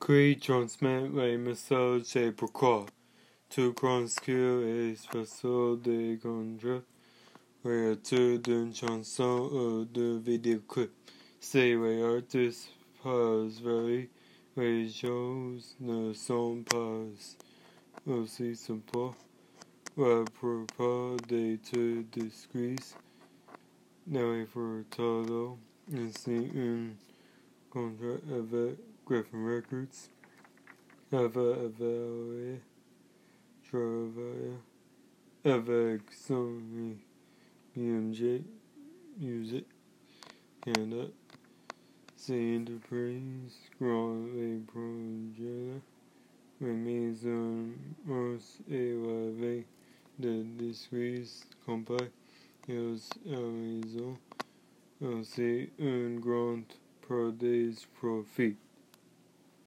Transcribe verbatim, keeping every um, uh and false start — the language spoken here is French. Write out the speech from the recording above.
qui transmet les messages et pourquoi. Tout construire est facile de conduire. Créature d'une chanson ou d'un vidéoclip. Si les artistes passent variés, les choses ne sont pas aussi simples. La plupart des études discrètes n'avaient pas tout ainsi un contrat avec Griffin Records avait évalué travailler avec Sony B M G Music Canada. Ces entreprises grandent les projets, les mises en marche et la veille de disques complets. Ils réalisent aussi une grande part des profits.